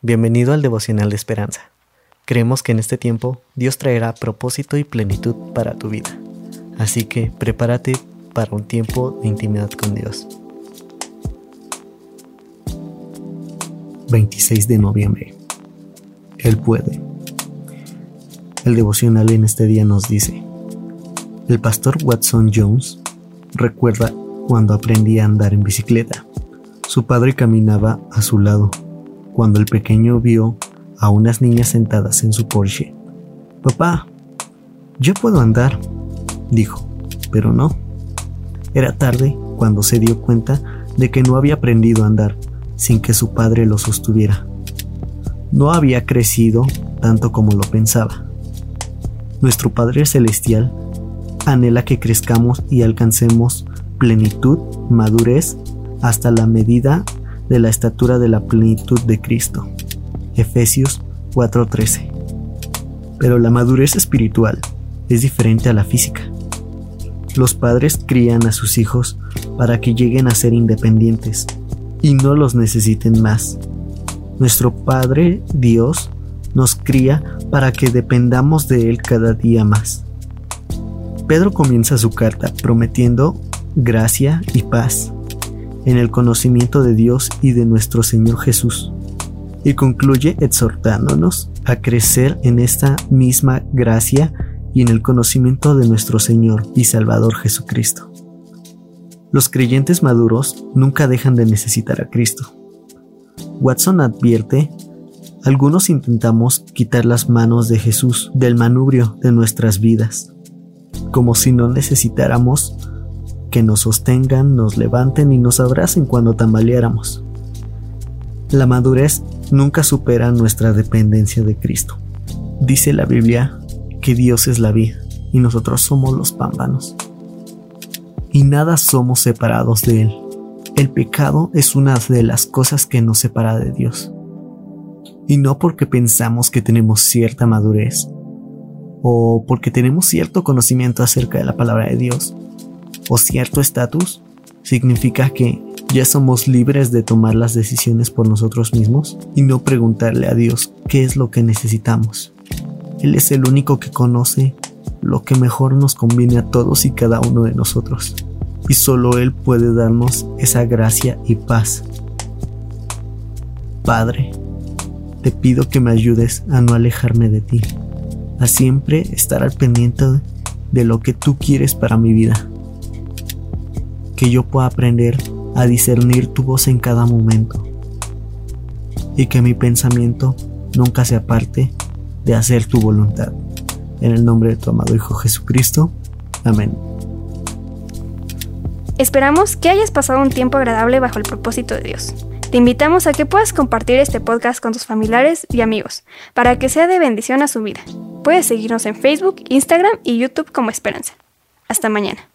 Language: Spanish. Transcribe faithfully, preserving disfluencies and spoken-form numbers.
Bienvenido al Devocional de Esperanza. Creemos que en este tiempo Dios traerá propósito y plenitud para tu vida. Así que prepárate para un tiempo de intimidad con Dios. veintiséis de noviembre. Él puede. El devocional en este día nos dice: el pastor Watson Jones recuerda cuando aprendía a andar en bicicleta. Su padre caminaba a su lado cuando el pequeño vio a unas niñas sentadas en su Porsche. «Papá, yo puedo andar», dijo, pero no. Era tarde cuando se dio cuenta de que no había aprendido a andar sin que su padre lo sostuviera. No había crecido tanto como lo pensaba. Nuestro Padre Celestial anhela que crezcamos y alcancemos plenitud, madurez, hasta la medida de la estatura de la plenitud de Cristo. Efesios cuatro trece. Pero la madurez espiritual es diferente a la física. Los padres crían a sus hijos para que lleguen a ser independientes y no los necesiten más. Nuestro Padre Dios nos cría para que dependamos de Él cada día más. Pedro comienza su carta prometiendo gracia y paz en el conocimiento de Dios y de nuestro Señor Jesús, y concluye exhortándonos a crecer en esta misma gracia y en el conocimiento de nuestro Señor y Salvador Jesucristo. Los creyentes maduros nunca dejan de necesitar a Cristo. Watson advierte: algunos intentamos quitar las manos de Jesús del manubrio de nuestras vidas, como si no necesitáramos que nos sostengan, nos levanten y nos abracen cuando tambaleáramos. La madurez nunca supera nuestra dependencia de Cristo. Dice la Biblia que Dios es la vid y nosotros somos los pámpanos, y nada somos separados de Él. El pecado es una de las cosas que nos separa de Dios, y no porque pensamos que tenemos cierta madurez o porque tenemos cierto conocimiento acerca de la palabra de Dios o cierto estatus, significa que ya somos libres de tomar las decisiones por nosotros mismos y no preguntarle a Dios qué es lo que necesitamos. Él es el único que conoce lo que mejor nos conviene a todos y cada uno de nosotros, y solo Él puede darnos esa gracia y paz. Padre, te pido que me ayudes a no alejarme de ti, a siempre estar al pendiente de lo que tú quieres para mi vida. Que yo pueda aprender a discernir tu voz en cada momento, y que mi pensamiento nunca se aparte de hacer tu voluntad. En el nombre de tu amado Hijo Jesucristo. Amén. Esperamos que hayas pasado un tiempo agradable bajo el propósito de Dios. Te invitamos a que puedas compartir este podcast con tus familiares y amigos, para que sea de bendición a su vida. Puedes seguirnos en Facebook, Instagram y YouTube como Esperanza. Hasta mañana.